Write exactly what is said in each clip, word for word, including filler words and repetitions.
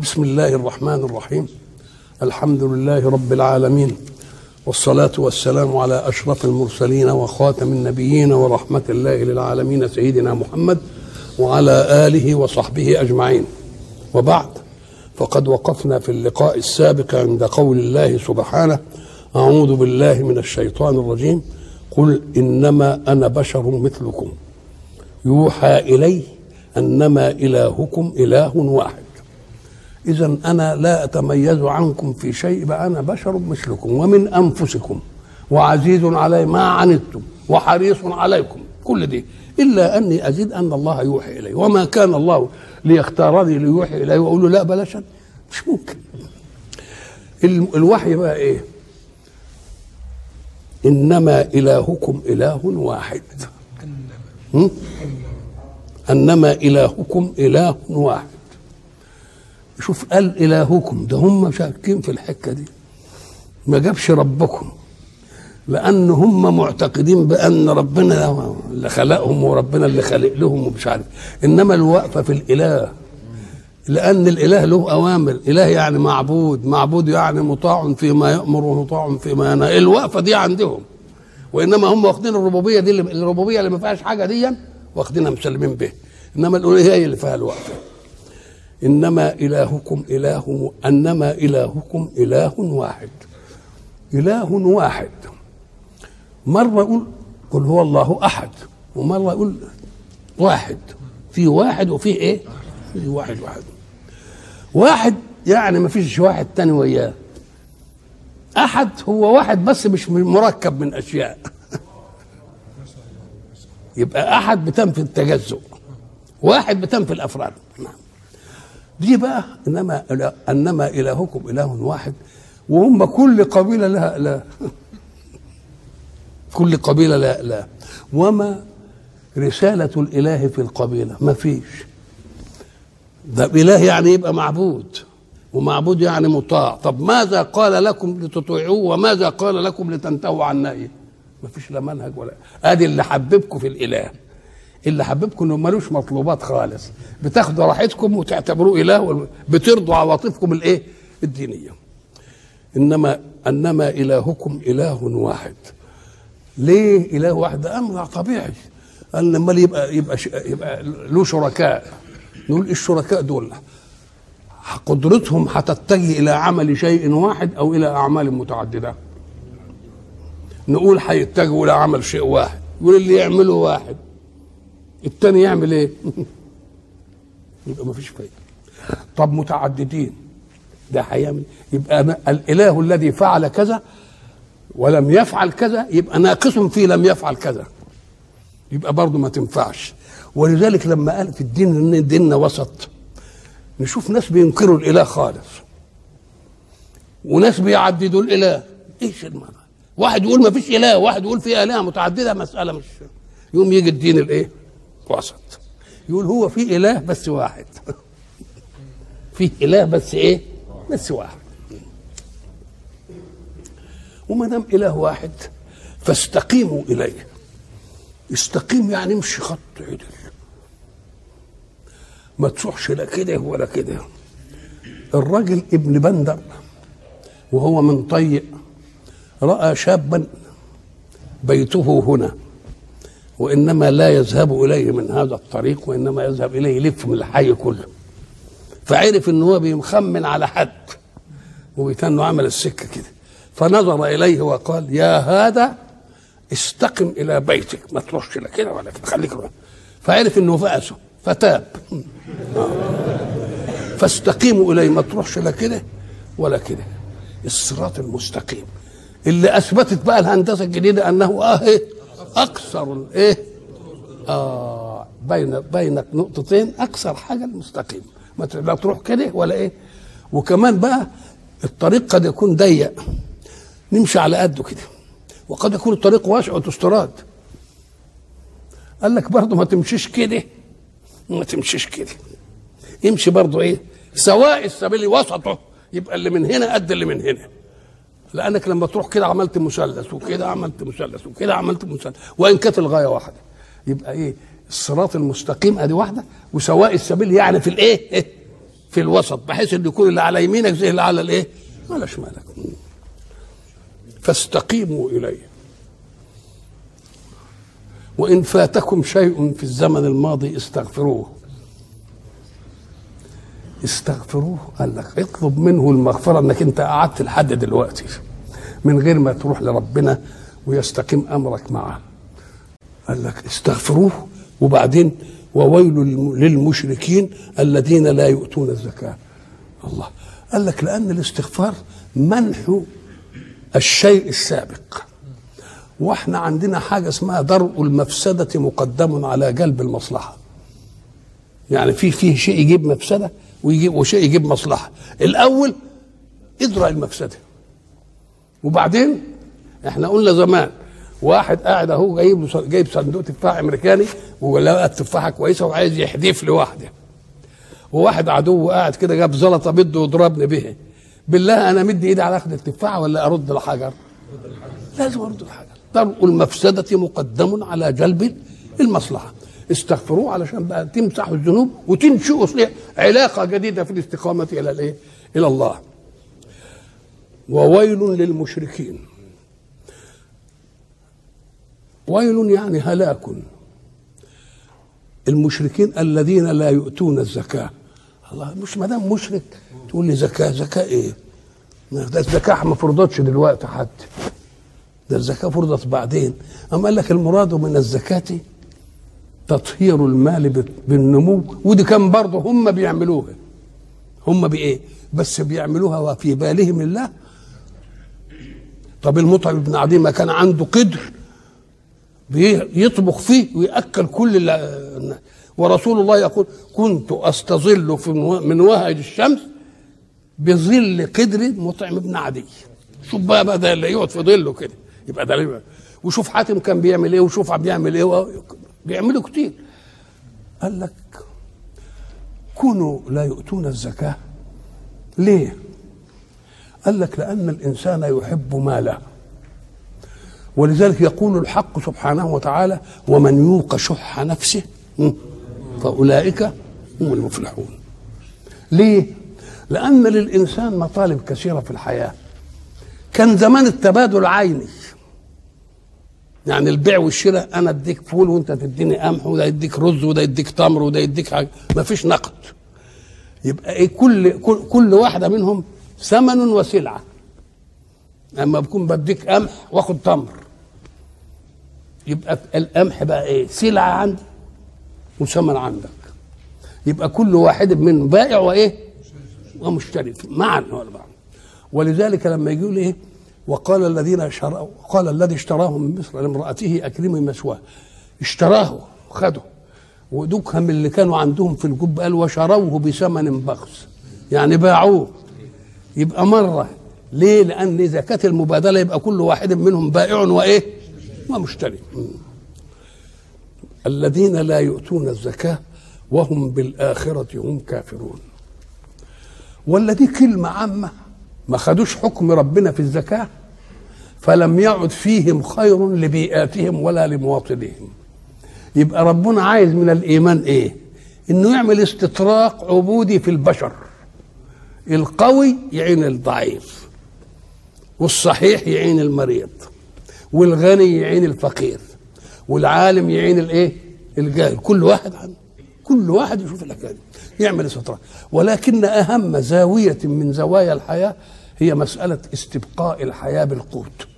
بسم الله الرحمن الرحيم. الحمد لله رب العالمين، والصلاة والسلام على أشرف المرسلين وخاتم النبيين ورحمة الله للعالمين سيدنا محمد وعلى آله وصحبه أجمعين. وبعد، فقد وقفنا في اللقاء السابق عند قول الله سبحانه: أعوذ بالله من الشيطان الرجيم، قل إنما أنا بشر مثلكم يوحى إلي أنما إلهكم إله واحد. إذن أنا لا أتميز عنكم في شيء، بقى أنا بشر مثلكم ومن أنفسكم وعزيز علي ما عنتم وحريص عليكم، كل دي، إلا أني أزيد أن الله يوحي إلي، وما كان الله ليختارني ليوحي إلي وأقول له لا بلاش، مش ممكن. الوحي بقى إيه؟ إنما إلهكم إله واحد. أنما إلهكم إله واحد. شوف، قال إلهكم، ده هم شاكين في الحكة دي، ما جابش ربكم، لأن هم معتقدين بأن ربنا اللي خلقهم وربنا اللي خلق لهم ومش عارف. إنما الوقفة في الإله، لأن الإله له أوامر، إله يعني معبود، معبود يعني مطاع فيما يأمر ومطاع فيما ينهى، الوقفة دي عندهم. وإنما هم واخدين الربوبية دي، الربوبية اللي ما فيهاش حاجة دي واخدينها مسلمين به، إنما الألوهية هي اللي فيها الوقفة. إنما إلهكم إله أنما إلهكم إله واحد. إله واحد، مرة يقول قل هو الله أحد، ومرة يقول واحد، في واحد وفي إيه؟ في واحد واحد واحد يعني ما فيش واحد تاني وياه. أحد هو واحد بس مش مركب من أشياء. يبقى أحد بتنفي التجزؤ، واحد بتنفي الأفراد. دي بقى انما انما الهكم اله واحد، وهم كل قبيله لها لا كل قبيله لا لا وما رساله الاله في القبيله؟ ما فيش. ده اله يعني يبقى معبود، ومعبود يعني مطاع. طب ماذا قال لكم لتطيعوه وماذا قال لكم لتنتهوا عن نهيه؟ ما فيش لا منهج ولا. ادي اللي حببكم في الاله، اللي حببكم انه ملوش مطلوبات خالص، بتاخدوا راحتكم وتعتبروه اله، بترضوا عواطفكم الايه؟ الدينيه. انما انما الهكم اله واحد. ليه اله واحد؟ ده امر طبيعي. قال لما يبقى يبقى يبقى له شركاء، نقول الشركاء دول قدرتهم هتتجه الى عمل شيء واحد او الى اعمال متعدده. نقول هيتجهوا الى عمل شيء واحد، يقول اللي يعمله واحد، التاني يعمل ايه؟ يبقى ما فيش فايده. طب متعددين، ده هيعمل، يبقى الاله الذي فعل كذا ولم يفعل كذا يبقى ناقص فيه لم يفعل كذا، يبقى برضه ما تنفعش. ولذلك لما قال في الدين ان ديننا وسط، نشوف ناس بينكروا الاله خالص وناس بيعددوا الاله. ايش المعنى؟ واحد يقول ما فيش اله، واحد يقول في الهه متعدده، مساله مش يوم يجي الدين الايه؟ وسط، يقول هو في اله بس واحد. في اله بس ايه؟ بس واحد. وما دام اله واحد فاستقيموا اليه. استقيم يعني امشي خط عدل، ما تروحش لا كده ولا كده. الراجل ابن بندر وهو من طيء راى شابا بيته هنا، وإنما لا يذهب إليه من هذا الطريق، وإنما يذهب إليه يلف من الحي كله. فعرف إن هو بيمخمن على حد وبيتنه عمل السكة كده، فنظر إليه وقال: يا هذا استقم إلى بيتك، ما تروحش لا كده ولا كده، خليك روح. فعرف إنه فأسه فتاب. فاستقيموا إليه، ما تروحش لا كده ولا كده، الصراط المستقيم اللي أثبتت بقى الهندسة الجديدة أنه آه إيه؟ اكثر ايه اه بين بين نقطتين اكثر حاجه المستقيم، ما لا تروح كده ولا ايه. وكمان بقى الطريق قد يكون ضيق نمشي على قده كده، وقد يكون الطريق واسع وتستراد. قال لك برضه ما تمشيش كده ما تمشيش كده، امشي برضه ايه؟ سواء السبيل وسطه، يبقى اللي من هنا قد اللي من هنا. لانك لما تروح كده عملت مثلث وكده عملت مثلث وكده عملت مثلث، وان كانت الغايه واحده. يبقى ايه؟ الصراط المستقيم ادي واحده، وسواء السبيل يعني في الايه؟ في الوسط، بحيث ان يكون اللي على يمينك زي اللي على الايه؟ على شمالك. فاستقيموا اليه. وان فاتكم شيء في الزمن الماضي استغفروه. استغفروه، قال لك اطلب منه المغفره، انك انت قعدت لحد دلوقتي من غير ما تروح لربنا ويستقيم امرك معه. قال لك استغفروه. وبعدين وويل للمشركين الذين لا يؤتون الزكاه. الله قال لك لان الاستغفار منح الشيء السابق، واحنا عندنا حاجه اسمها درء المفسده مقدم على جلب المصلحه. يعني في فيه شيء يجيب مفسده ويجيب وشيء يجيب مصلحه. الاول ادرأ المفسده، وبعدين احنا قلنا زمان واحد قاعد اهو جايب جايب صندوق تفاح امريكاني ولقى التفاحه كويسه وعايز يحدف لي واحده، وواحد عدو قاعد كده جاب زلطه بده يضربني بها. بالله انا مدي ايدي على اخذ التفاحه ولا ارد الحجر؟ لازم ارد الحجر. درء المفسده مقدم على جلب المصلحه. استغفروه علشان بقى تمسحوا الذنوب وتنشئوا علاقه جديده في الاستقامه الى الايه؟ الى الله. وويل للمشركين. ويل يعني هلاك. المشركين الذين لا يؤتون الزكاه. الله، مش ما دام مشرك تقول لي زكاه، زكاه ايه؟ ده الزكاه ما فرضتش دلوقتي حد، ده الزكاه فرضت بعدين. اما قال لك المراد من الزكاه تطهير المال بالنمو، ودي كان برضه هم بيعملوها. هم بايه؟ بس بيعملوها وفي بالهم الله. طب المطعم بن عدي ما كان عنده قدر يطبخ فيه ويأكل كل الناس، ورسول الله يقول كنت استظل في من وهج الشمس بظل قدر مطعم بن عدي. شوف بقى بقى ده اللي يقعد في ظله كده يبقى ده. وشوف حاتم كان بيعمل ايه، وشوف بيعمل ايه، بيعملوا كتير. قال لك كونوا لا يؤتون الزكاة. ليه؟ قال لك لأن الإنسان يحب ماله، ولذلك يقول الحق سبحانه وتعالى ومن يوق شح نفسه فأولئك هم المفلحون. ليه؟ لأن للإنسان مطالب كثيرة في الحياة. كان زمان التبادل عيني، يعني البيع والشراء، انا اديك فول وانت تديني قمح، وده يديك رز وده يديك تمر وده يديك حاجه، ما فيش نقد. يبقى ايه؟ كل كل, كل واحده منهم ثمن وسلعه. اما بكون بديك قمح واخد تمر، يبقى القمح بقى ايه؟ سلعه عندي وثمن عندك. يبقى كل واحد منهم بائع وايه؟ ومشتري معا ولا بعض. ولذلك لما يقول ايه؟ وقال الذين شروا قال الذي اشتراه من مصر لامرأته أكرمي مثواه. اشتراه وخده، ودكهم اللي كانوا عندهم في الجب قال وشروه بثمن بخس، يعني باعوه. يبقى مرة ليه؟ لأن إذا كانت المبادلة يبقى كل واحد منهم بائع وإيه؟ ومشتري. الذين لا يؤتون الزكاة وهم بالآخرة هم كافرون. ولا دي كلمة عامة، ما خدوش حكم ربنا في الزكاة فلم يعد فيهم خير لبيئاتهم ولا لمواطنيهم. يبقى ربنا عايز من الإيمان إيه؟ إنه يعمل استطراق عبودي في البشر. القوي يعين الضعيف، والصحيح يعين المريض، والغني يعين الفقير، والعالم يعين الإيه؟ الجاهل. كل واحد عنه، كل واحد يشوف الحكاية دي يعمل استطراق. ولكن أهم زاوية من زوايا الحياة هي مسألة استبقاء الحياة بالقوت.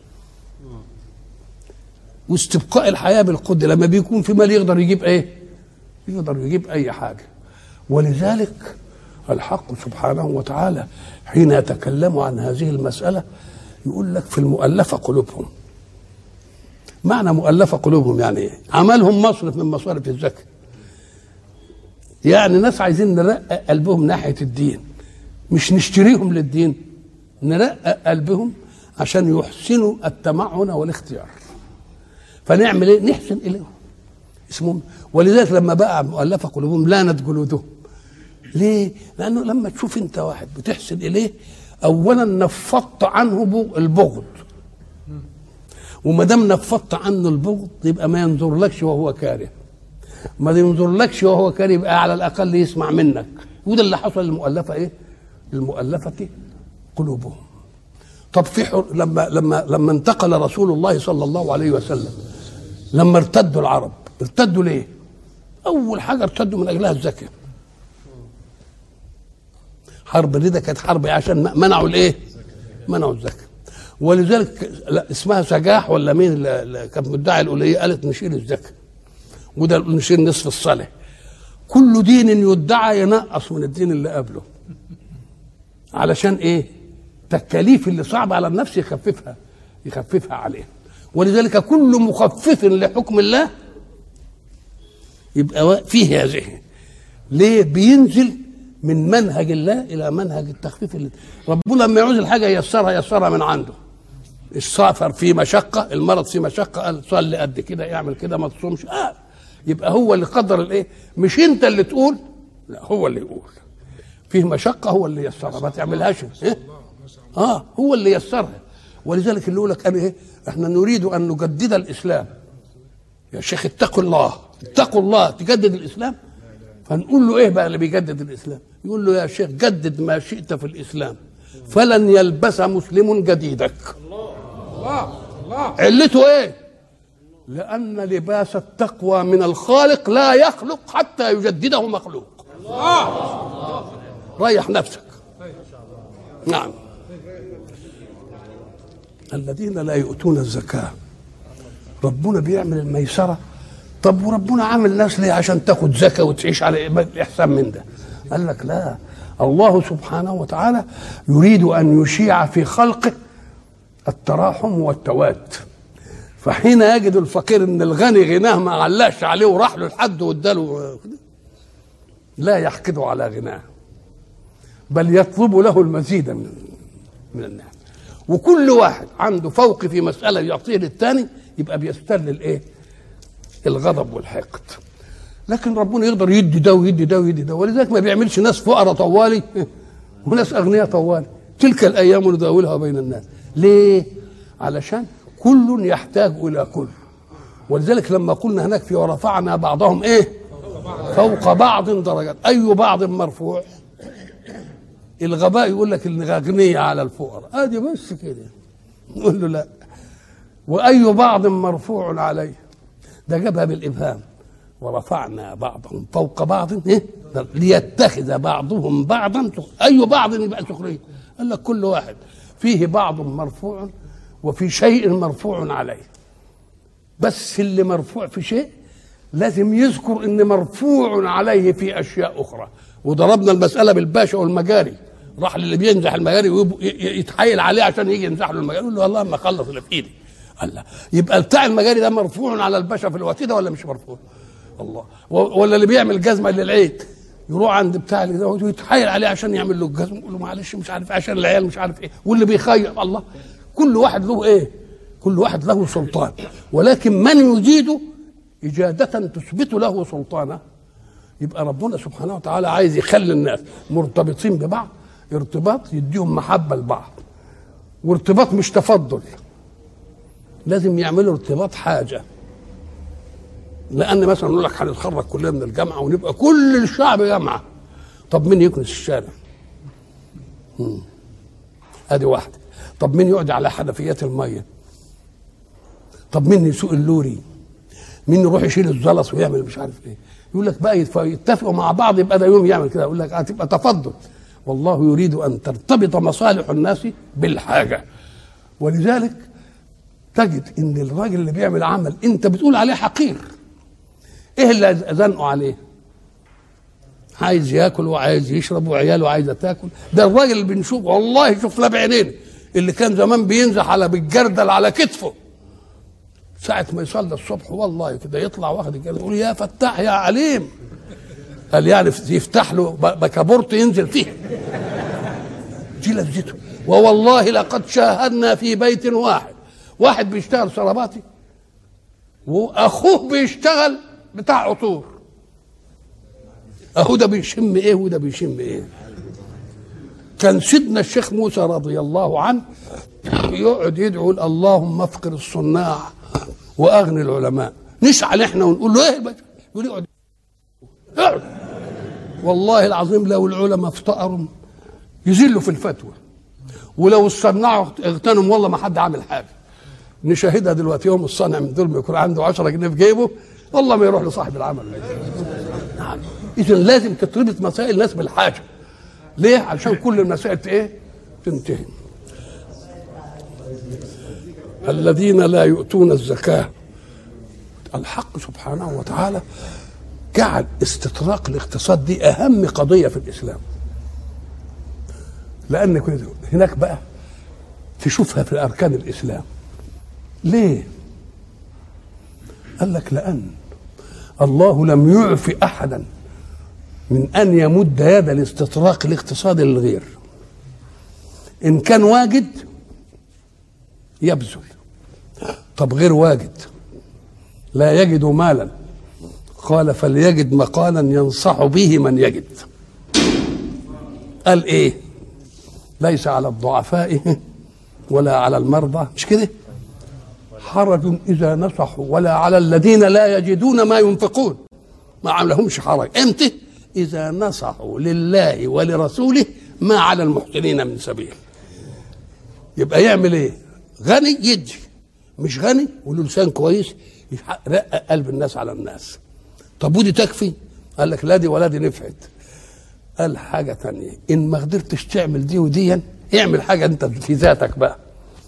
واستبقاء الحياة بالقوت لما بيكون في مال يقدر يجيب ايه؟ يقدر يجيب اي حاجة. ولذلك الحق سبحانه وتعالى حين يتكلم عن هذه المسألة يقول لك في المؤلفة قلوبهم. معنى مؤلفة قلوبهم يعني ايه؟ عملهم مصرف من مصارف الزكاة. يعني ناس عايزين نرقق قلبهم ناحية الدين، مش نشتريهم للدين، نرقق قلبهم عشان يحسنوا التمعن والاختيار. فنعمل ايه؟ نحسن اليهم اسمهم. ولذلك لما بقى مؤلفة قلوبهم لانت جلودهم. ليه؟ لانه لما تشوف انت واحد بتحسن اليه اولا نفضت عنه البغض، وما دام نفضت عنه البغض يبقى ما ينظر لكش وهو كاره. ما ينظر لكش وهو كاره يبقى على الاقل يسمع منك. وده اللي حصل للمؤلفه ايه؟ المؤلفه قلوبهم. طب في حر... لما لما لما انتقل رسول الله صلى الله عليه وسلم، لما ارتدوا العرب، ارتدوا ليه؟ اول حاجه ارتدوا من اجلها الزكاه. حرب الردة كانت حرب عشان منعوا الايه؟ منعوا الزكاه. ولذلك اسمها سجاح ولا مين اللي كانت مدعي الأولية قالت نشيل الزكاه، وده نشيل نصف الصلاه. كل دين يدعى ينقص من الدين اللي قبله علشان ايه؟ التكاليف اللي صعبه على النفس يخففها يخففها عليها. ولذلك كل مخفف لحكم الله يبقى فيه هذه. ليه؟ بينزل من منهج الله الى منهج التخفيف. اللي ربنا لما يعوز الحاجه ييسرها ييسرها من عنده. السفر فيه مشقه، المرض فيه مشقه، قال صلي قد كده، اعمل كده، ما تصومش. اه يبقى هو اللي قدر الايه؟ مش انت اللي تقول، لا هو اللي يقول. فيه مشقه هو اللي ييسرها، ما تعملهاش. إيه؟ اه هو اللي ييسرها. ولذلك اللي يقول لك انا ايه؟ احنا نريد ان نجدد الاسلام. يا شيخ اتقوا الله، اتقوا الله، تجدد الاسلام. فنقول له ايه بقى اللي بيجدد الاسلام؟ يقول له يا شيخ جدد ما شئت في الاسلام فلن يلبس مسلم جديدك. الله الله الله. علته ايه؟ لان لباس التقوى من الخالق لا يخلق حتى يجدده مخلوق. الله. ريح نفسك. نعم. الذين لا يؤتون الزكاه، ربنا بيعمل الميسره. طب وربنا عامل الناس ليه؟ عشان تاخد زكاه وتعيش على احسن من ده. قال لك لا، الله سبحانه وتعالى يريد ان يشيع في خلقه التراحم والتواد. فحين يجد الفقير ان الغني غناه ما علاش عليه وراح له لحد واداله، لا يحقد على غناه بل يطلب له المزيد من من النعم. وكل واحد عنده فوق في مساله يعطيه للثاني يبقى بيستلل ايه؟ الغضب والحقد. لكن ربنا يقدر يدي ده ويدي ده ويدي ده. ولذلك ما بيعملش ناس فقراء طوالي وناس اغنياء طوالي. تلك الايام نداولها بين الناس. ليه؟ علشان كل يحتاج الى كل. ولذلك لما قلنا هناك في ورفعنا بعضهم ايه؟ فوق بعض درجات. اي بعض مرفوع؟ الغباء يقول لك الاغنياء على الفقراء، ادي بس كده. نقول له لا. واي بعض مرفوع عليه، ده جابها بالابهام. ورفعنا بعضهم فوق بعض إيه؟ ليتخذ بعضهم بعضا. اي بعض يبقى سخريه؟ قال لك كل واحد فيه بعض مرفوع وفي شيء مرفوع عليه. بس اللي مرفوع في شيء لازم يذكر ان مرفوع عليه في اشياء اخرى. وضربنا المساله بالباشا والمجاري. راح للي بينزح المجاري ويتحايل عليه عشان يجي ينزح له المجاري، يقول له والله ما اخلص اللي في ايدي. الله. يبقى بتاع المجاري ده مرفوع على الباشا في الوقت ده ولا مش مرفوع؟ الله. ولا اللي بيعمل جزمه للعيد يروح عند بتاع اللي ده ويتحايل عليه عشان يعمل له الجزمه، يقول له معلش مش عارف عشان العيال مش عارف ايه. واللي بيخير الله. كل واحد له ايه؟ كل واحد له سلطان. ولكن من يجيد اجاده تثبت له سلطانه، يبقى ربنا سبحانه وتعالى عايز يخلي الناس مرتبطين ببعض ارتباط يديهم محبه لبعض. وارتباط مش تفضل، لازم يعملوا ارتباط حاجه. لان مثلا نقول لك هنتخرج كلنا من الجامعه ونبقى كل الشعب جامعه. طب مين يكنس الشارع؟ مم. ادي واحده. طب مين يقعد على حنفيات الميه؟ طب مين يسوق اللوري؟ مين يروح يشيل الزلط ويعمل مش عارف ايه؟ يقول لك بقى يتفقوا مع بعض يبقى ده يوم يعمل كده. يقول لك هتبقى تفضل. والله يريد ان ترتبط مصالح الناس بالحاجه. ولذلك تجد ان الراجل اللي بيعمل عمل انت بتقول عليه حقير، ايه اللي زنقوا عليه؟ عايز ياكل وعايز يشرب وعياله عايزه تاكل. ده الراجل اللي بنشوف والله شفناه بعينينا اللي كان زمان بينزح على بالجردل على كتفه ساعة ما يصلي الصبح والله كده يطلع واخد الجردل يقول يا فتاح يا عليم. قال يعني يفتح له بكابورت ينزل فيه. دي لذته. ووالله لقد شاهدنا في بيت واحد واحد بيشتغل صراباتي واخوه بيشتغل بتاع عطور. اهو ده بيشم ايه وده بيشم ايه. كان سيدنا الشيخ موسى رضي الله عنه يقعد يدعو اللهم افقر الصناع واغني العلماء. نشعل احنا ونقول له ايه بقى؟ يقول اقعد اقعد والله العظيم لو العلماء افتقروا يذلوا في الفتوى، ولو الصناعوا اغتنموا والله ما حد عامل حاجه. نشاهدها دلوقتي، يوم الصانع من دول ما يكون عنده عشرة جنيه في جيبه والله ما يروح لصاحب العمل. نعم. اذا لازم تتربط مسائل الناس بالحاجه. ليه؟ عشان كل المسائل ايه؟ تنتهي. الذين لا يؤتون الزكاه، الحق سبحانه وتعالى جعل استطراق الاقتصاد دي اهم قضيه في الاسلام، لان هناك بقى تشوفها في اركان الاسلام. ليه؟ قال لك لان الله لم يعف احدا من ان يمد يد الاستطراق الاقتصادي للغير. ان كان واجد يبذل، طب غير واجد لا يجد مالا، قال فليجد مقالا ينصح به من يجد. قال ايه؟ ليس على الضعفاء ولا على المرضى، مش كده؟ حرج اذا نصحوا ولا على الذين لا يجدون ما ينفقون. ما عملهمش حرج. امتى؟ اذا نصحوا لله ولرسوله ما على المحسنين من سبيل. يبقى يعمل ايه؟ غني يدي، مش غني وله لسان كويس يرقق قلب الناس على الناس. طب ودي تكفي؟ قال لك لا دي ولا دي نفعت. قال حاجه ثانيه، ان ما قدرتش تعمل دي ودي اعمل حاجه انت في ذاتك بقى.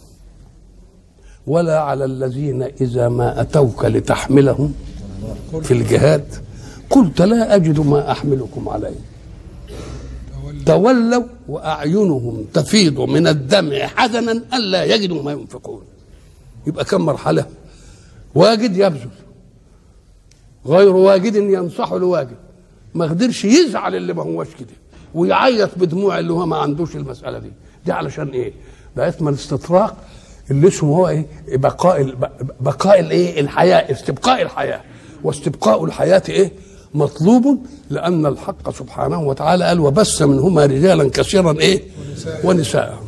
ولا على الذين اذا ما اتوك لتحملهم في الجهاد قلت لا اجد ما احملكم عليه تولوا واعينهم تفيض من الدمع حزنا الا يجدوا ما ينفقون. يبقى كم مرحله؟ واجد يبذل، غير واجد ينصح لواجد، ما قدرش يزعل اللي ما هوش كده ويعيط بدموع اللي هو ما عندوش المساله دي. دي علشان ايه؟ ده اسمه الاستطراق اللي اسمه هو ايه؟ بقاء بقاء الايه؟ الحياه، استبقاء الحياه. واستبقاء الحياه ايه؟ مطلوب، لان الحق سبحانه وتعالى قال وبث منهما رجالا كثيرا ايه؟ ونساء.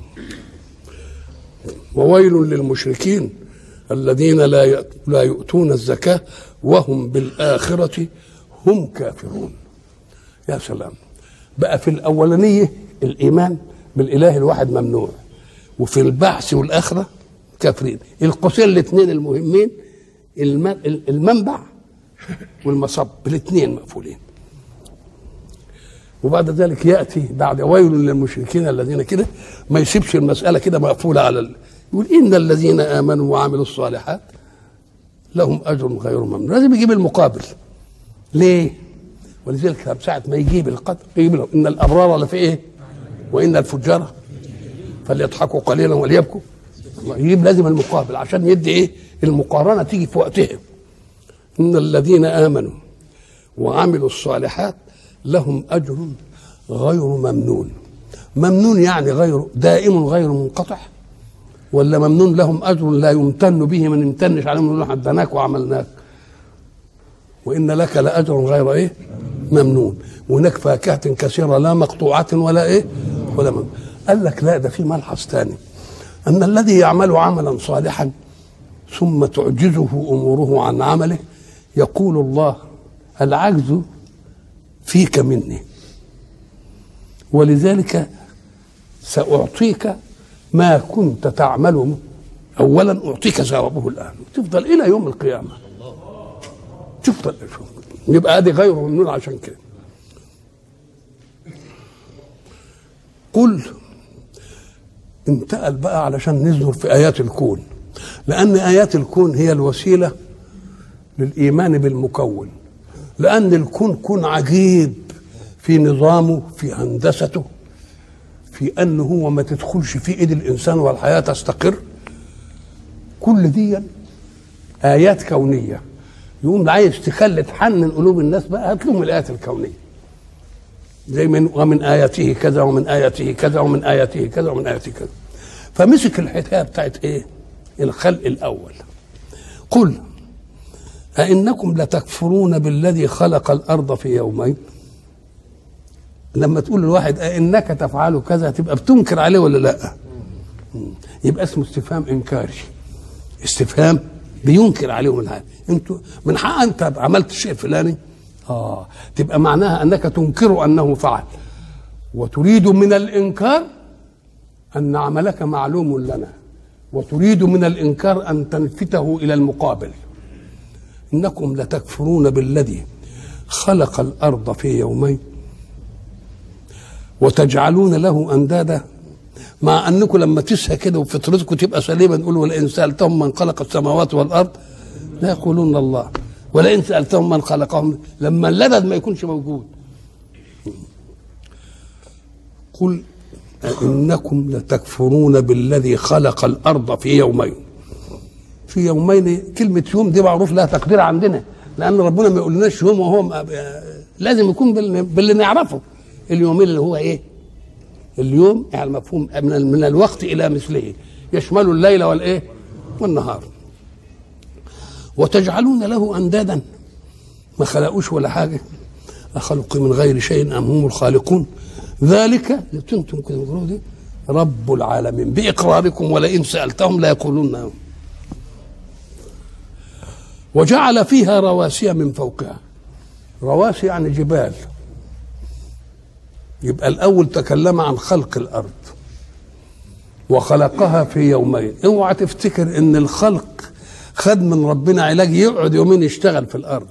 وويل للمشركين الذين لا لا يؤتون الزكاه وهم بالاخره هم كافرون. يا سلام. بقى في الاولانيه الايمان بالاله الواحد ممنوع، وفي البعث والاخره كافرين. القوسين الاثنين المهمين، المنبع والمصب، الاثنين مقفولين. وبعد ذلك ياتي بعد ويل للمشركين الذين كده، ما يسيبش المساله كده مقفوله على ال... يقول ان الذين امنوا وعملوا الصالحات لهم اجر غير ممنون. لازم يجيب المقابل. ليه؟ ولذلك ساعه ما يجيب القدر يجيب له ان الابرار لفي ايه؟ وان الفجار فليضحكوا قليلا وليبكوا. يجيب لازم المقابل عشان يدي ايه؟ المقارنه تيجي في وقتها. ان الذين امنوا وعملوا الصالحات لهم اجر غير ممنون. ممنون يعني غير دائم غير منقطع، ولا ممنون لهم اجر لا يمتن به من يمتنش عليهم يقول حدناك وعملناك. وان لك لاجر غير ايه؟ ممنون. وهناك فاكهه كثيره لا مقطوعه ولا ايه؟ ولا ممنون. قال لك لا، ده في ملحظ ثاني، ان الذي يعمل عملا صالحا ثم تعجزه اموره عن عمله يقول الله العجز فيك مني، ولذلك سأعطيك ما كنت تعمله أولا، أعطيك ثوابه الآن، تفضل إلى يوم القيامة تفضل. يبقى هذه غير ممنون. عشان كده قل انتقل بقى علشان ننظر في آيات الكون، لأن آيات الكون هي الوسيلة للإيمان بالمكون، لأن الكون كون عجيب في نظامه، في هندسته، في أنه هو ما تدخلش في إيد الإنسان والحياة تستقر. كل دي آيات كونية. يقوم عايز تخلي تحنن قلوب الناس بقى، هات لهم الآيات الكونية زي من ومن آياته كذا ومن آياته كذا ومن آياته كذا ومن آياته كذا. فمسك الحكاية بتاعت إيه؟ الخلق الأول. قل أئنكم لتكفرون بالذي خلق الأرض في يومين. لما تقول للواحد أئنك تفعل كذا تبقى بتنكر عليه ولا لا؟ يبقى اسمه استفهام إنكاري، استفهام بينكر عليهم الحاجة. انتوا من حق انت عملت الشيء الفلاني؟ اه تبقى معناها انك تنكر انه فعل، وتريد من الانكار ان عملك معلوم لنا، وتريد من الانكار ان تنفته الى المقابل. انكم لتكفرون بالذي خلق الارض في يومين وتجعلون له اندادا، مع انكم لما تسهى كده وفطرتكم تبقى سليمه نقول ولئن سالتهم من خلق السماوات والارض لا يقولون الله، ولئن سالتهم من خلقهم، لما اللدد ما يكونش موجود. قل انكم لتكفرون بالذي خلق الارض في يومين. في يومين، كلمه يوم دي معروف لها تقدير عندنا، لان ربنا ما يقولناش يوم وهو لازم يكون باللي نعرفه. اليومين اللي هو ايه؟ اليوم يعني مفهوم من, من الوقت الى مثله، يشمل الليل والايه والنهار. وتجعلون له اندادا، ما خلقوش ولا حاجه، أخلق من غير شيء أم هم الخالقون، ذلك انتم كده دي رب العالمين بإقراركم ولئن سألتهم لا يقولون. وجعل فيها رواسي من فوقها، رواسي يعني جبال. يبقى الأول تكلم عن خلق الأرض وخلقها في يومين. اوعى تفتكر ان الخلق خد من ربنا علاج يقعد يومين يشتغل في الأرض.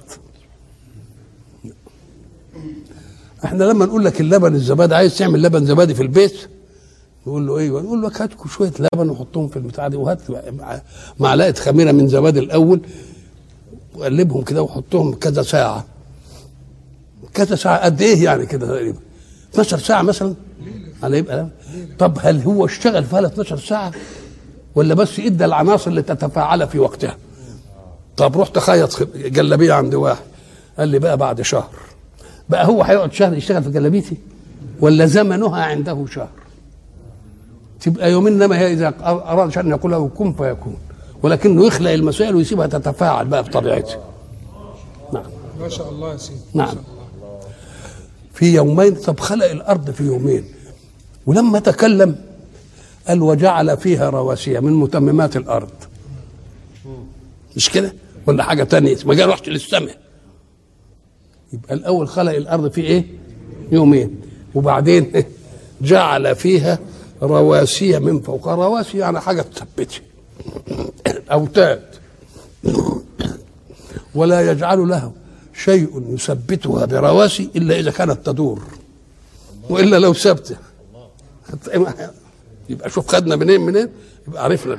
احنا لما نقول لك اللبن الزبادي، عايز تعمل لبن زبادي في البيت، نقول له ايوه، نقول لك هات شويه لبن وحطهم في البتاع دي، وهات معلقه خميره من زبادي الاول وقلبهم كده وحطهم كذا ساعه. كذا ساعه قد ايه يعني كده تقريبا؟ اتناشر ساعه مثلا على يبقى. طب هل هو اشتغل فيها اتناشر ساعه ولا بس ادى العناصر اللي تتفاعل في وقتها؟ طب رحت خيط جلابيه عند واحد قال لي بقى بعد شهر، بقى هو هيقعد شهر يشتغل في جلابيتي ولا زمنها عنده شهر؟ تبقى يومين، انما هي اذا اراد شيئا يقول له كن فيكون، ولكنه يخلق المسائل ويسيبها تتفاعل بقى بطبيعتها. نعم ما شاء الله يا سيدي. نعم في يومين. طب خلق الارض في يومين، ولما تكلم قال وجعل فيها رواسي من متممات الارض، مش كده ولا حاجه ثانيه؟ ما جاء رحت للسماء. يبقى الاول خلق الارض في ايه؟ يومين، وبعدين جعل فيها رواسي من فوقها. رواسي يعني حاجه تثبتها، اوتاد، ولا يجعل له شيء يثبتها برواسي الا اذا كانت تدور، والا لو ثابته يبقى شوف خدنا منين منين يبقى عرفنا.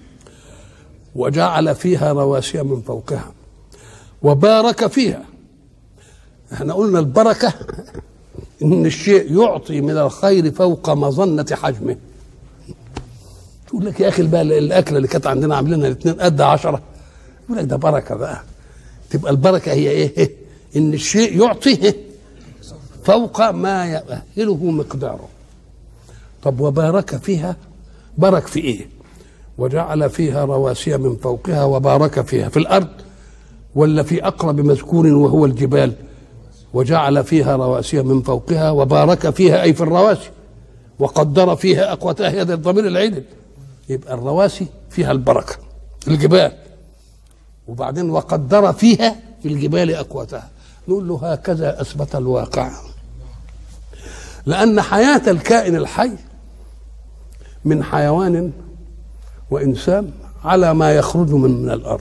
وجعل فيها رواسي من فوقها وبارك فيها. احنا قلنا البركه ان الشيء يعطي من الخير فوق مظنه حجمه. تقول لك يا اخي بقى الاكله اللي كانت عندنا عاملينها الاثنين قد عشرة، يقول لك ده بركه بقى. تبقى البركه هي ايه؟ ان الشيء يعطي فوق ما يؤهله مقداره. طب وبارك فيها، بارك في ايه؟ وجعل فيها رواسي من فوقها وبارك فيها في الارض ولا في اقرب مذكور وهو الجبال؟ وجعل فيها رواسي من فوقها وبارك فيها اي في الرواسي وقدر فيها اقواتها، هي الضمير العدل. يبقى الرواسي فيها البركه الجبال، وبعدين وقدر فيها في الجبال اقواتها. نقول له هكذا اثبت الواقع، لان حياه الكائن الحي من حيوان وانسان على ما يخرج من, من الارض،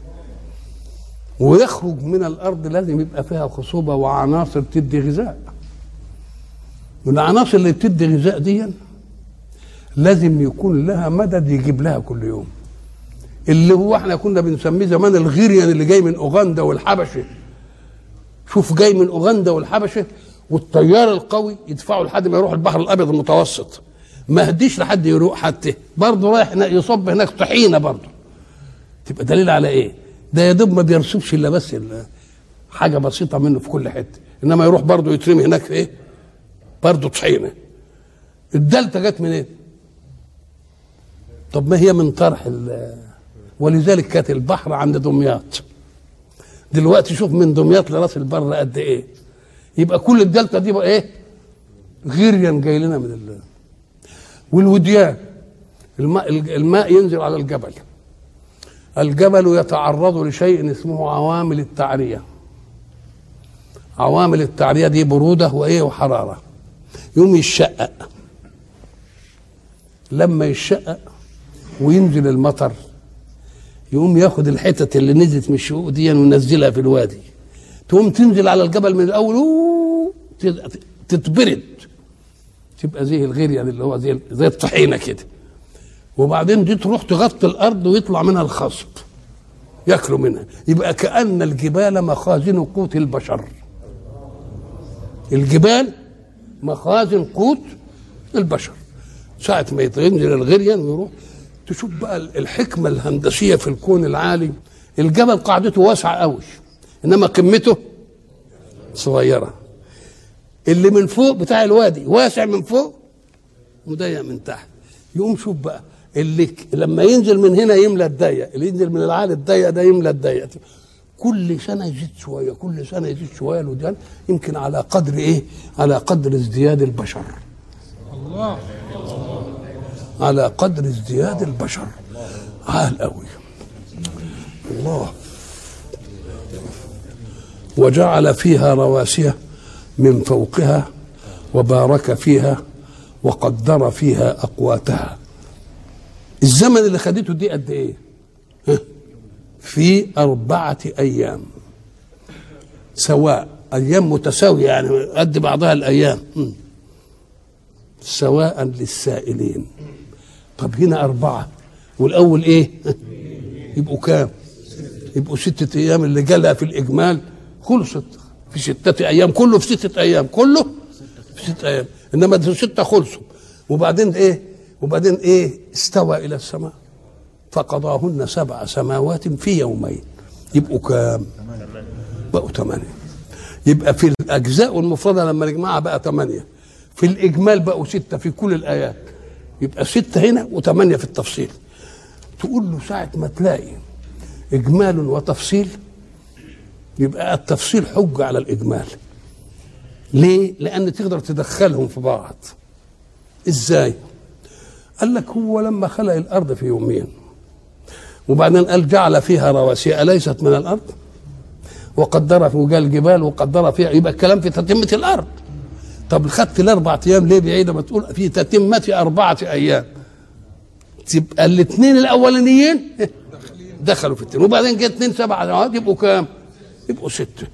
ويخرج من الارض لازم يبقى فيها خصوبه وعناصر تدي غذاء. والعناصر اللي بتدي غذاء دي لازم يكون لها مدد يجيب لها كل يوم، اللي هو احنا كنا بنسميه زمان الغيريان اللي جاي من اوغندا والحبشه. شوف جاي من اوغندا والحبشه والطيار القوي يدفعه لحد ما يروح البحر الابيض المتوسط، ما هديش لحد يروح، حتى برضه رايح يصب هناك طحينه برضه. تبقى دليل على ايه؟ ده يا دوب ما بيرسبش الا بس حاجه بسيطه منه في كل حته، انما يروح برضه يترمي هناك في ايه؟ برضه طحينه. الدلتا جت منين؟ إيه؟ طب ما هي من طرح، ولذلك كانت البحر عند دمياط. دلوقتي شوف من دمياط لراس البر قد ايه. يبقى كل الدلتا دي بقى ايه؟ غيريا جاي لنا من الله. والوديان الماء الماء ينزل على الجبل، الجبل يتعرض لشيء اسمه عوامل التعريه. عوامل التعرية دي برودة وإيه وحرارة، يوم يشقق. لما يشقق وينزل المطر يقوم ياخد الحتت اللي نزلت من الشقوق دي وينزلها في الوادي، تقوم تنزل على الجبل من الأول تتبرد، تبقى زي الغريان اللي هو زي زي الطحينة كده، وبعدين دي تروح تغطي الأرض ويطلع منها الخصب ياكلوا منها. يبقى كأن الجبال مخازن قوت البشر، الجبال مخازن قوت البشر. ساعة ما ينزل الغريان ويروح، تشوف بقى الحكمة الهندسية في الكون العالي. الجبل قاعدته واسعة قوي إنما قمته صغيرة، اللي من فوق بتاع الوادي واسع من فوق وضيق من تحت. يقوم شوف بقى اللي لما ينزل من هنا يملى الضيق، اللي ينزل من العالي الضيق ده يملى الضيق، كل سنة يزيد شوية، كل سنة يزيد شوية الوديان، يمكن على قدر إيه؟ على قدر ازدياد البشر. الله على قدر ازدياد البشر. عال قوي الله. وجعل فيها رواسي من فوقها وبارك فيها وقدر فيها أقواتها. الزمن اللي خدته دي قد ايه؟ في أربعة أيام سواء، أيام متساوية يعني قد بعضها الأيام، سواء للسائلين. طب هنا أربعة والأول إيه؟ يبقوا كام؟ يبقوا ستة أيام اللي جالها في الإجمال خلصت في ستة أيام، كله في ستة أيام، كله في ستة أيام، إنما في ستة خلصوا. وبعدين إيه؟ وبعدين إيه؟ استوى إلى السماء فقضاهن سبع سماوات في يومين، يبقوا كام؟ بقوا ثمانية. يبقى في الأجزاء المفردة لما نجمعها بقى ثمانية، في الإجمال بقوا ستة في كل الآيات، يبقى ستة هنا وثمانية في التفصيل. تقول له ساعة ما تلاقي إجمال وتفصيل يبقى التفصيل حجة على الإجمال. ليه؟ لأن تقدر تدخلهم في بعض. إزاي؟ قال لك هو لما خلق الأرض في يومين وبعدين قال جعل فيها رواسي، أليست من الأرض؟ وقدر في وجال الجبال وقدر فيها، يبقى الكلام في تتمة الأرض. طب خدت الأربع أيام ليه بعيدة ما تقول في تتمة أربعة أيام؟ تبقى الاثنين الأولانيين دخلوا في التين، وبعدين جت اثنين سبع سنوات يبقوا كام؟ يبقوا ستة.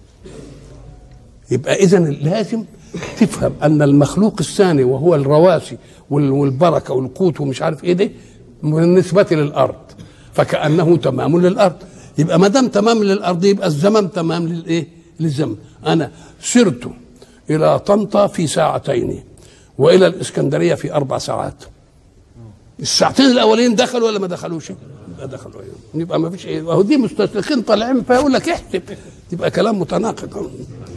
يبقى إذن لازم تفهم أن المخلوق الثاني وهو الرواسي والبركة والقوت ومش عارف إيه ده بالنسبة للأرض، فكأنه تمام للأرض. يبقى ما دام تمام للأرض يبقى الزمن تمام للإيه؟ للزمن. أنا سرت إلى طنطا في ساعتين وإلى الإسكندرية في أربع ساعات. الساعتين الأولين دخلوا ولا ما دخلوش؟ يبقى دخلوا. يبقى ما فيش إيه، وهو دي مستشرقين طالعين فيقول لك احسب، تبقى كلام متناقض.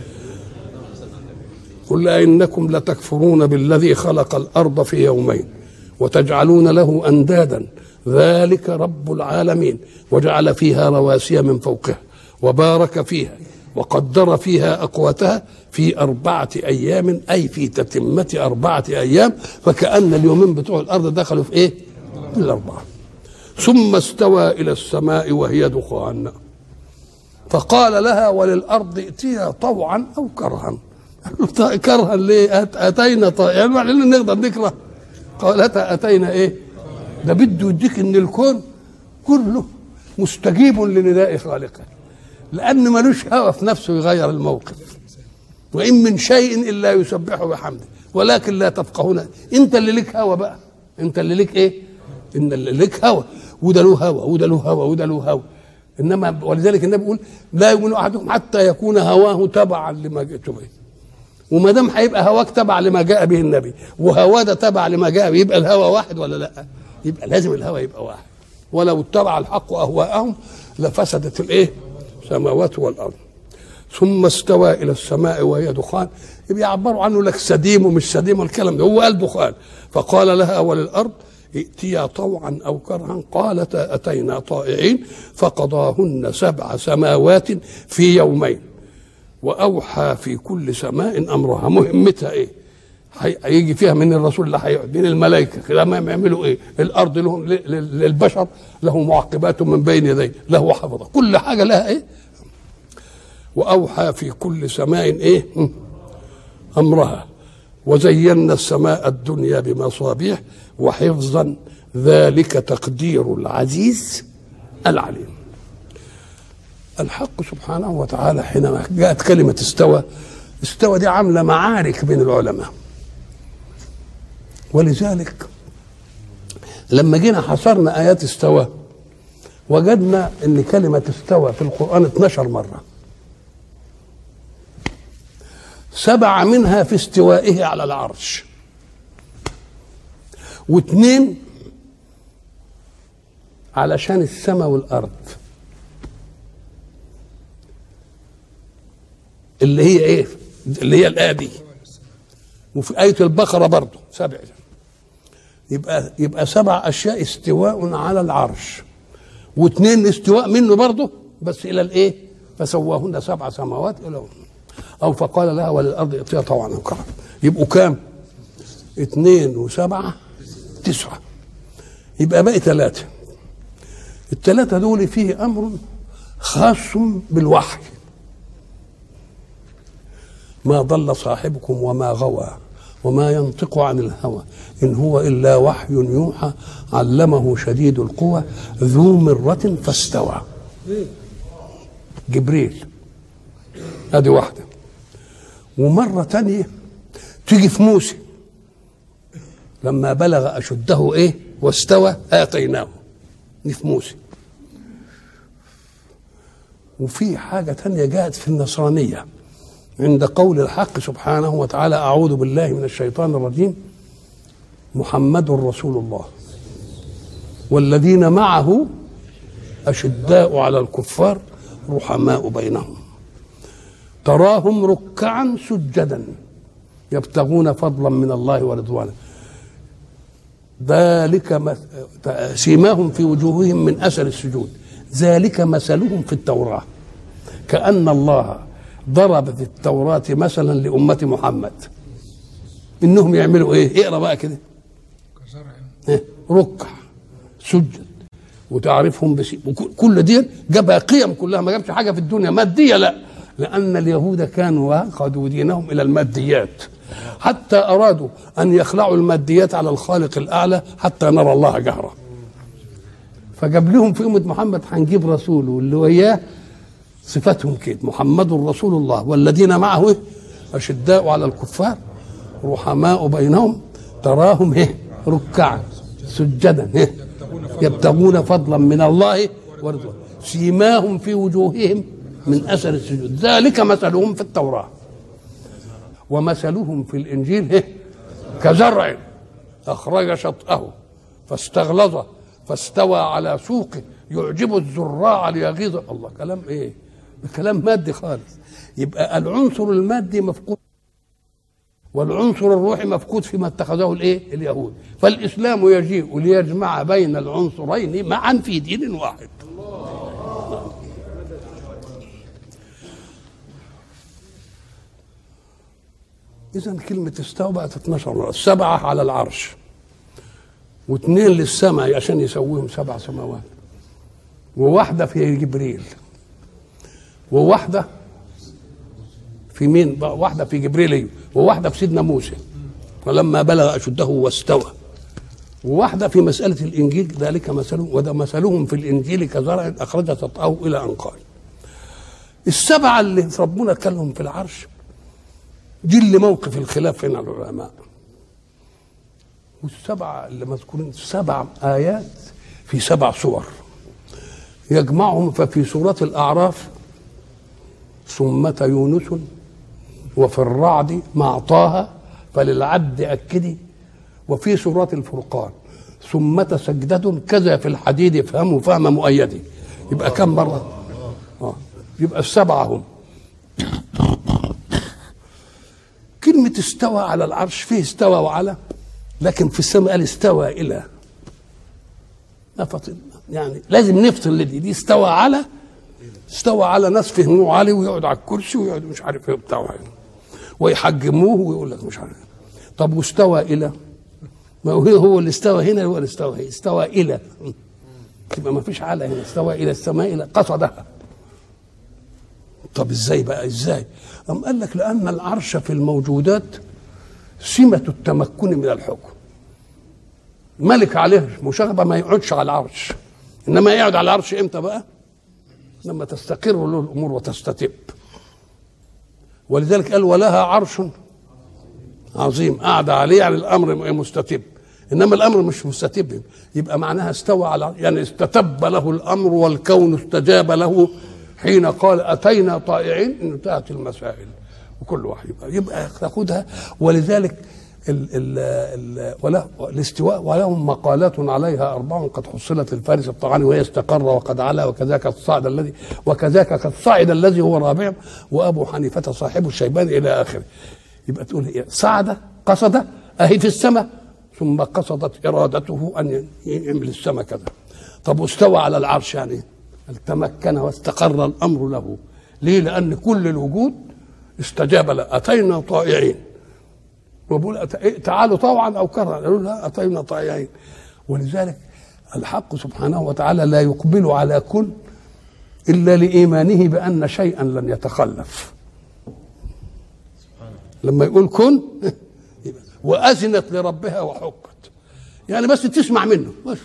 قل إنكم لتكفرون بالذي خلق الأرض في يومين وتجعلون له أندادا ذلك رب العالمين وجعل فيها رواسي من فوقها وبارك فيها وقدر فيها أقواتها في أربعة أيام، أي في تتمة أربعة أيام، فكأن اليومين بتوع الأرض دخلوا في إيه؟ في الأربعة. ثم استوى إلى السماء وهي دخان فقال لها وللأرض ائتيا طوعا أو كرها. كرها ليه؟ أتينا طائعين يعني نقدر نكره؟ قالتا أتينا إيه؟ ده بده يديك إن الكون كله مستجيب لنداء خالقه، لأن ملوش هوى في نفسه يغير الموقف. وإن من شيء إلا يسبحه بحمده ولكن لا تفقهون. أنت اللي لك هوى بقى، أنت اللي لك إيه؟ إن اللي لك هوى، وده له هوى وده له هوى وده له هوى. إنما ولذلك النبي يقول لا يؤمن أحدكم حتى يكون هواه تبعا لما جئت به. وما دام هيبقى هواك تبع لما جاء به النبي وهواه ده تبع لما جاء به، يبقى الهوى واحد ولا لا؟ يبقى لازم الهوى يبقى واحد. ولو اتبع الحق أهواءهم لفسدت الإيه؟ السماوات والأرض. ثم استوى إلى السماء وهي دخان، يبقى يعبروا عنه لك سديم ومش سديم والكلام ده، هو قال دخان. فقال لها وللأرض ائتيا طوعا أو كرها قالتا أتينا طائعين فقضاهن سبع سماوات في يومين وأوحى في كل سماء أمرها. مهمتها إيه؟ هيجي فيها من الرسول اللي هيقعد من الملائكة لما يعملوا إيه؟ الأرض لهم للبشر له معقبات من بين يديه له حفظة، كل حاجة لها إيه؟ وأوحى في كل سماء إيه أمرها وزينا السماء الدنيا بمصابيح وحفظا ذلك تقدير العزيز العليم. الحق سبحانه وتعالى حينما جاءت كلمة استوى، استوى دي عاملة معارك بين العلماء، ولذلك لما جينا حصرنا آيات استوى وجدنا ان كلمة استوى في القرآن اثناشر مرة، سبعة منها في استوائه على العرش، واثنين علشان السماء والأرض اللي هي ايه اللي هي الآية دي، وفي آية البقرة برضه سبع، يبقى يبقى سبع أشياء استواء على العرش، واثنين استواء منه برضه بس إلى الإيه؟ فسواهن سبع سماوات إلى أو فقال لها وللأرض ائتيا طوعا أو كرها، يبقوا كام؟ اثنين وسبعة تسعة، يبقى باقي ثلاثة. الثلاثة دول فيه أمر خاص بالوحي، ما ضل صاحبكم وما غوى وما ينطق عن الهوى إن هو إلا وحي يوحى علمه شديد القوى ذو مرة فاستوى. جبريل هذه واحدة. ومرة تانية تيجي في موسى لما بلغ أشده إيه واستوى آتيناه، دي في موسى. وفي حاجة تانية جاءت في النصرانية عند قول الحق سبحانه وتعالى أعوذ بالله من الشيطان الرجيم محمد رسول الله والذين معه أشداء على الكفار رحماء بينهم تراهم ركعا سجدا يبتغون فضلا من الله ورضوانه ذلك سيماهم في وجوههم من أثر السجود ذلك مثلهم في التوراة. كأن الله ضرب في التوراة مثلا لأمة محمد إنهم يعملوا إيه؟ اقرأ بقى كده إيه؟ ركع سجد وتعرفهم بس كل دي جابها قيم كلها، ما جابش حاجة في الدنيا مادية، لا، لأن اليهود كانوا واخذوا دينهم إلى الماديات حتى أرادوا أن يخلعوا الماديات على الخالق الأعلى حتى نرى الله جهرة، فجاب لهم في أمة محمد هنجيب رسوله واللي وياه صفتهم كده محمد رسول الله والذين معه أشداء على الكفار رحماء بينهم تراهم ايه ركعا سجدا ايه يبتغون فضلا من الله ورضوانه سيماهم في وجوههم من أثر السجود ذلك مثلهم في التوراة ومثلهم في الإنجيل ايه كزرع أخرج شطأه فاستغلظ فاستوى على سوقه يعجب الزراع ليغيظ الله. كلام ايه؟ كلام مادي خالص. يبقى العنصر المادي مفقود والعنصر الروحي مفقود فيما اتخذه الايه؟ اليهود. فالاسلام يجيء ليجمع بين العنصرين معا في دين واحد. اذا كلمه استوى بقت اثناشر مرة، سبعه على العرش واثنين للسماء عشان يسويهم سبع سماوات، وواحده في جبريل، وواحده في مين؟ واحده في جبريل، وواحده في سيدنا موسى ولما بلغ اشده واستوى، وواحده في مساله الانجيل ذلك مثلهم وده مثلهم في الانجيل كزرع اخرج شطأه الى ان قال. السبعه اللي ربنا كلهم في العرش دي اللي موقف الخلاف بين العلماء، والسبعه اللي مذكورين سبع ايات في سبع سور يجمعهم. ففي سورة الأعراف ثمة يونس وفي الرعد مع طه فللعبد أكدي، وفي سورة الفرقان ثمة سجدة كذا في الحديد فهموا فهم مؤيدي. يبقى كم مرة؟ آه. يبقى السبعة هم. كلمة استوى على العرش فيه استوى وعلى، لكن في السماء قال استوى إلى نفط، يعني لازم نفصل دي دي استوى على استوى على ناس فهموه عالي ويقعد على الكرسي ويقعد مش عارف ايه بتاعه ويحجموه ويقول لك مش عارف. طب واستوى الى؟ ما هو هو اللي استوى هنا هو اللي استوى هنا. استوى الى يبقى ما فيش على هنا. استوى الى السماء الى قصدها طب ازاي بقى ازاي؟ قام قال لك لان العرش في الموجودات سمة التمكن من الحكم. ملك عليه مشاغبة ما يقعدش على العرش، انما يقعد على العرش امتى بقى؟ لما تستقر له الامور وتستتب. ولذلك قال ولها عرش عظيم، قاعد عليه يعني الامر مستتب، انما الامر مش مستتب يبقى معناها استوى على، يعني استتب له الامر والكون استجاب له حين قال اتينا طائعين. انتهت المسائل وكل واحد يبقى, يبقى تاخدها. ولذلك ال ال ال وله الاستواء ولهم مقالات عليها اربع قد حصلت الفارس الطعاني وهي استقر وقد علا وكذاك الصعد الذي وكذاك قد صعد الذي هو رابع وابو حنيفه صاحب الشيبان الى اخره. يبقى تقول ايه؟ صعد قصد اهي في السماء ثم قصدت ارادته ان يعمل السماء كذا. طب واستوى على العرش يعني تمكن واستقر الامر له. ليه؟ لان كل الوجود استجاب له. اتينا طائعين وبقول تعالوا طوعا او كرها، قالوا لا اتينا طائعين. ولذلك الحق سبحانه وتعالى لا يقبل على كل الا لايمانه بان شيئا لن يتخلف. لما يقول كن واذنت لربها وحقت، يعني بس تسمع منه بس،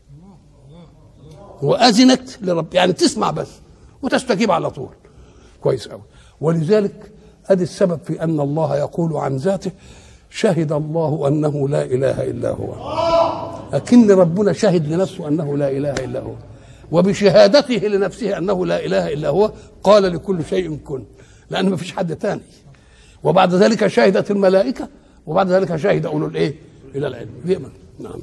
واذنت لرب يعني تسمع بس وتستجيب على طول. كويس قوي. ولذلك ادي السبب في ان الله يقول عن ذاته شهد الله انه لا اله الا هو. لكن ربنا شهد لنفسه انه لا اله الا هو، وبشهادته لنفسه انه لا اله الا هو قال لكل شيء كن، لان ما فيش حد تاني. وبعد ذلك شهدت الملائكه، وبعد ذلك شهد اولو الايه؟ الى العلم. يؤمن. نعم.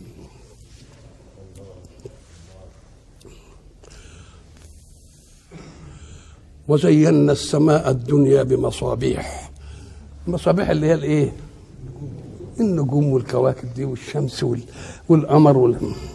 وزينا السماء الدنيا بمصابيح. المصابيح اللي هي الايه؟ النجوم والكواكب دي والشمس والقمر وال...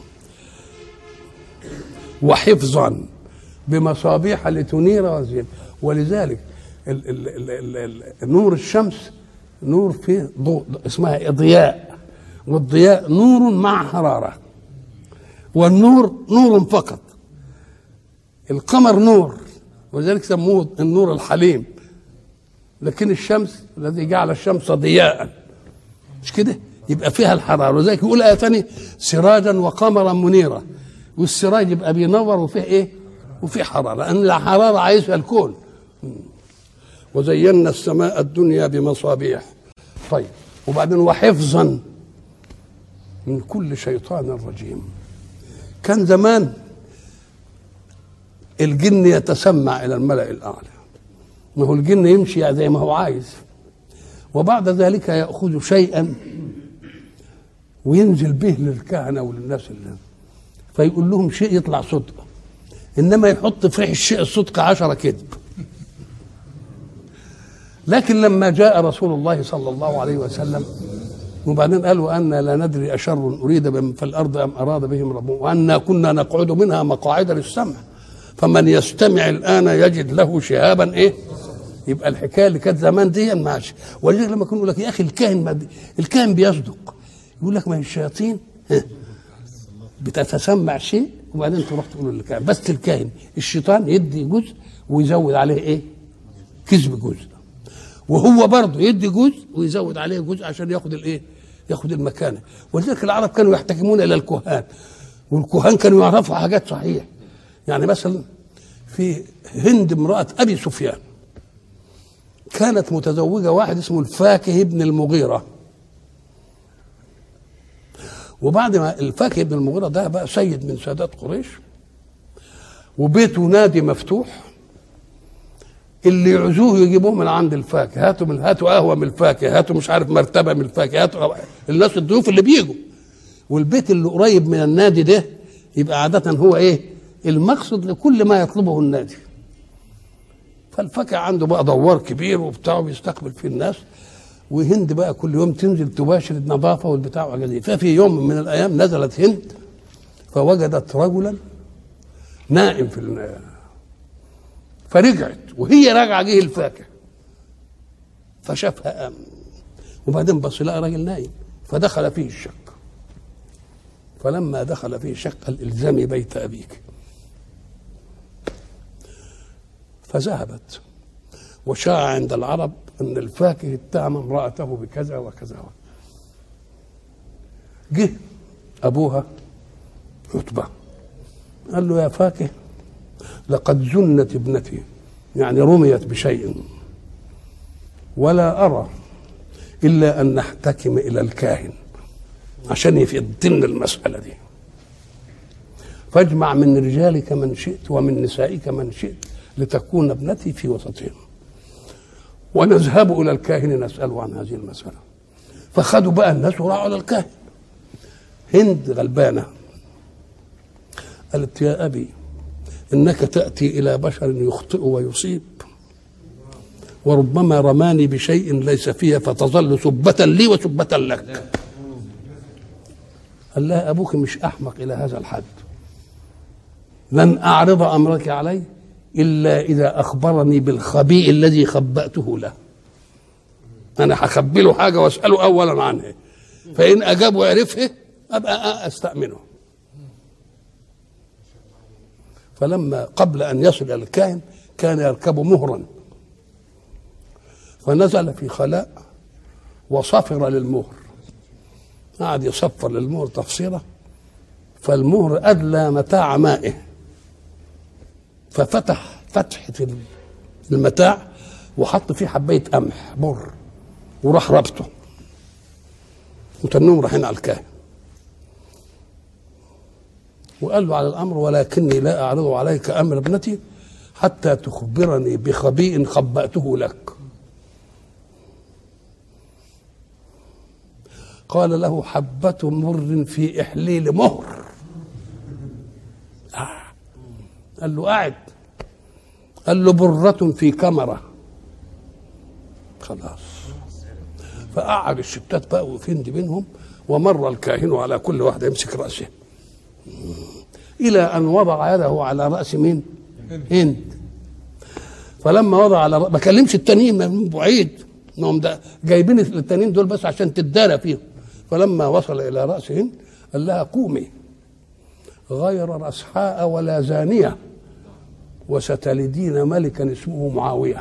وحفظا بمصابيح لتنير وزين. ولذلك ال ال ال ال ال نور الشمس نور فيه ضوء اسمها ضياء، والضياء نور مع حرارة، والنور نور فقط. القمر نور ولذلك سموه النور الحليم. لكن الشمس الذي جعل الشمس ضياء، مش كده؟ يبقى فيها الحرارة. ولذلك يقول آية ثانية سراجا وقمرا منيرا، والسراج يبقى بينور وفيه ايه؟ وفيه حرارة، لأن الحرارة عايزها الكون. وزينا السماء الدنيا بمصابيح. طيب وبعدين وحفظا من كل شيطان رجيم. كان زمان الجن يتسمع إلى الملأ الأعلى، ما هو الجن يمشي زي ما هو عايز، وبعد ذلك يأخذ شيئا وينزل به للكهنة وللناس اللي فيقول لهم شيء يطلع صدق، إنما يحط في الشيء الصدق عشرة كذب. لكن لما جاء رسول الله صلى الله عليه وسلم وبعدين قال وأن لا ندري أشر أريد بهم في الأرض أم أراد بهم ربهم وأنا كنا نقعد منها مقاعد للسمع فمن يستمع الآن يجد له شهابا إيه؟ يبقى الحكاية اللي كانت زمان دي ماشي. ولذلك لما كانوا يقول لك يا أخي الكاهن الكاهن بيصدق، يقول لك ما هي الشياطين بتتسمع شيء وبعدين تروح تقول للكاهن، بس الكاهن الشيطان يدي جزء ويزود عليه إيه؟ كذب جزء، وهو برضه يدي جزء ويزود عليه جزء عشان ياخد الايه؟ ياخد المكانه. ولذلك العرب كانوا يحتكمون الى الكهان، والكهان كانوا يعرفوا حاجات صحيح. يعني مثلا في هند امراه ابي سفيان كانت متزوجه واحد اسمه الفاكه ابن المغيره، وبعد ما الفاكه ابن المغيره ده بقى سيد من سادات قريش وبيته نادي مفتوح، اللي يعزوه يجيبوه من عند الفاكهه، هاتوا من هاتوا قهوه من الفاكهه، هاتوا مش عارف مرتبه من الفاكهه، هاتوا الناس الضيوف اللي بيجوا. والبيت اللي قريب من النادي ده يبقى عاده هو ايه؟ المقصد لكل ما يطلبه النادي. فالفاكهه عنده بقى دوار كبير وبتاع بيستقبل فيه الناس، وهند بقى كل يوم تنزل تباشر النظافه والبتاع وحاجات دي. ففي يوم من الايام نزلت هند فوجدت رجلا نائم في النار، فرجعت وهي راجعه جه الفاكهه فشافها قام، وبعدين بص لقى راجل نايم فدخل فيه الشك. فلما دخل فيه الشك قال الزمي بيت ابيك. فذهبت وشاع عند العرب ان الفاكه اتهم امراته بكذا وكذا. جه ابوها عتبه قال له يا فاكه لقد زنت ابنتي، يعني رميت بشيء، ولا ارى الا ان نحتكم الى الكاهن عشان يفيدنا المساله دي، فاجمع من رجالك من شئت ومن نسائك من شئت لتكون ابنتي في وسطهم، ونذهب الى الكاهن نساله عن هذه المساله. فخدوا بقى الناس وراحوا على الكاهن. هند غلبانه قالت يا ابي انك تاتي الى بشر يخطئ ويصيب، وربما رماني بشيء ليس فيها فتظل سبة لي وسبة لك. قال لها ابوك مش احمق الى هذا الحد، لن اعرض امرك عليه الا اذا اخبرني بالخبيء الذي خبأته له. انا هخبي له حاجه واساله اولا عنها، فان اجاب وعرفه ابقى استامنه. فلما قبل ان يصل الى الكاهن كان يركب مهرا، فنزل في خلاء وصفر للمهر، قعد يصفر للمهر تفصيله، فالمهر ادلى متاع مائه، ففتح فتحه المتاع وحط فيه حبايه قمح بر وراح ربطه، وتنهم رايحين على الكاهن، وقال له على الامر ولكني لا اعرض عليك امر ابنتي حتى تخبرني بخبيء خبأته لك. قال له حبة مر في إحليل مهر. آه. قال له قاعد، قال له برة في كمرة. خلاص فقعد الستات بقى وفند بينهم، ومر الكاهن على كل واحد يمسك رأسه إلى أن وضع يده على رأس مين؟ هند. فلما وضع على رأس، ما كلمش التانيين من بعيد انهم ده جايبين التانيين دول بس عشان تتدارى فيهم. فلما وصل الى راس هند قال لها قومي غير رسحاء ولا زانيه وستلدين ملكا اسمه معاويه.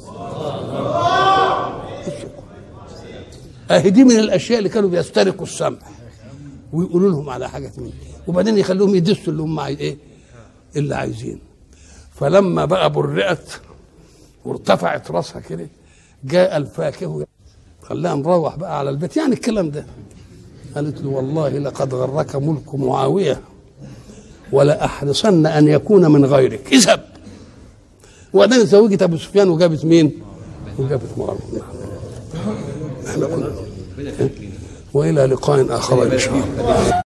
اهي دي من الاشياء اللي كانوا بيسترقوا السمع ويقولوا لهم على حاجه منه، وبعدين يخلوهم يدسوا اللي هم عايز ايه اللي عايزين. فلما بقى برئت وارتفعت راسها كده جاء الفاكه خلاها نروح بقى على البيت، يعني الكلام ده. قالت له والله لقد غرك ملك معاويه ولا احرصن ان يكون من غيرك، اذهب. وبعدين زوجت ابو سفيان وجابت مين؟ وجابت معاويه. احنا كنا والى لقاء اخر ان شاء الله.